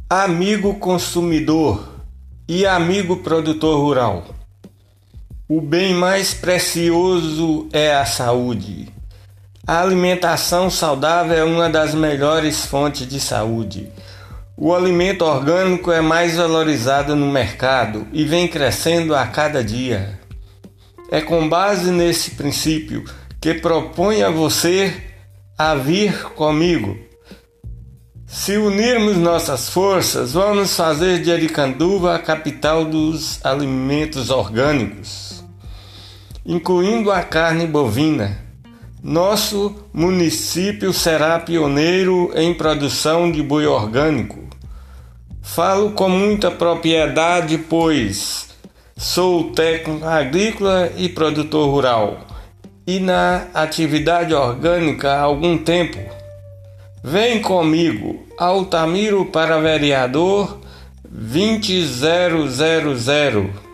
Amigo consumidor e amigo produtor rural, o bem mais precioso é a saúde. A alimentação saudável é uma das melhores fontes de saúde. O alimento orgânico é mais valorizado no mercado e vem crescendo a cada dia. É com base nesse princípio que proponho a você a vir comigo. Se unirmos nossas forças, vamos fazer de Aricanduva a capital dos alimentos orgânicos, incluindo a carne bovina. Nosso município será pioneiro em produção de boi orgânico. Falo com muita propriedade, pois sou técnico agrícola e produtor rural, e na atividade orgânica há algum tempo. Vem comigo, Altamiro para vereador 20000.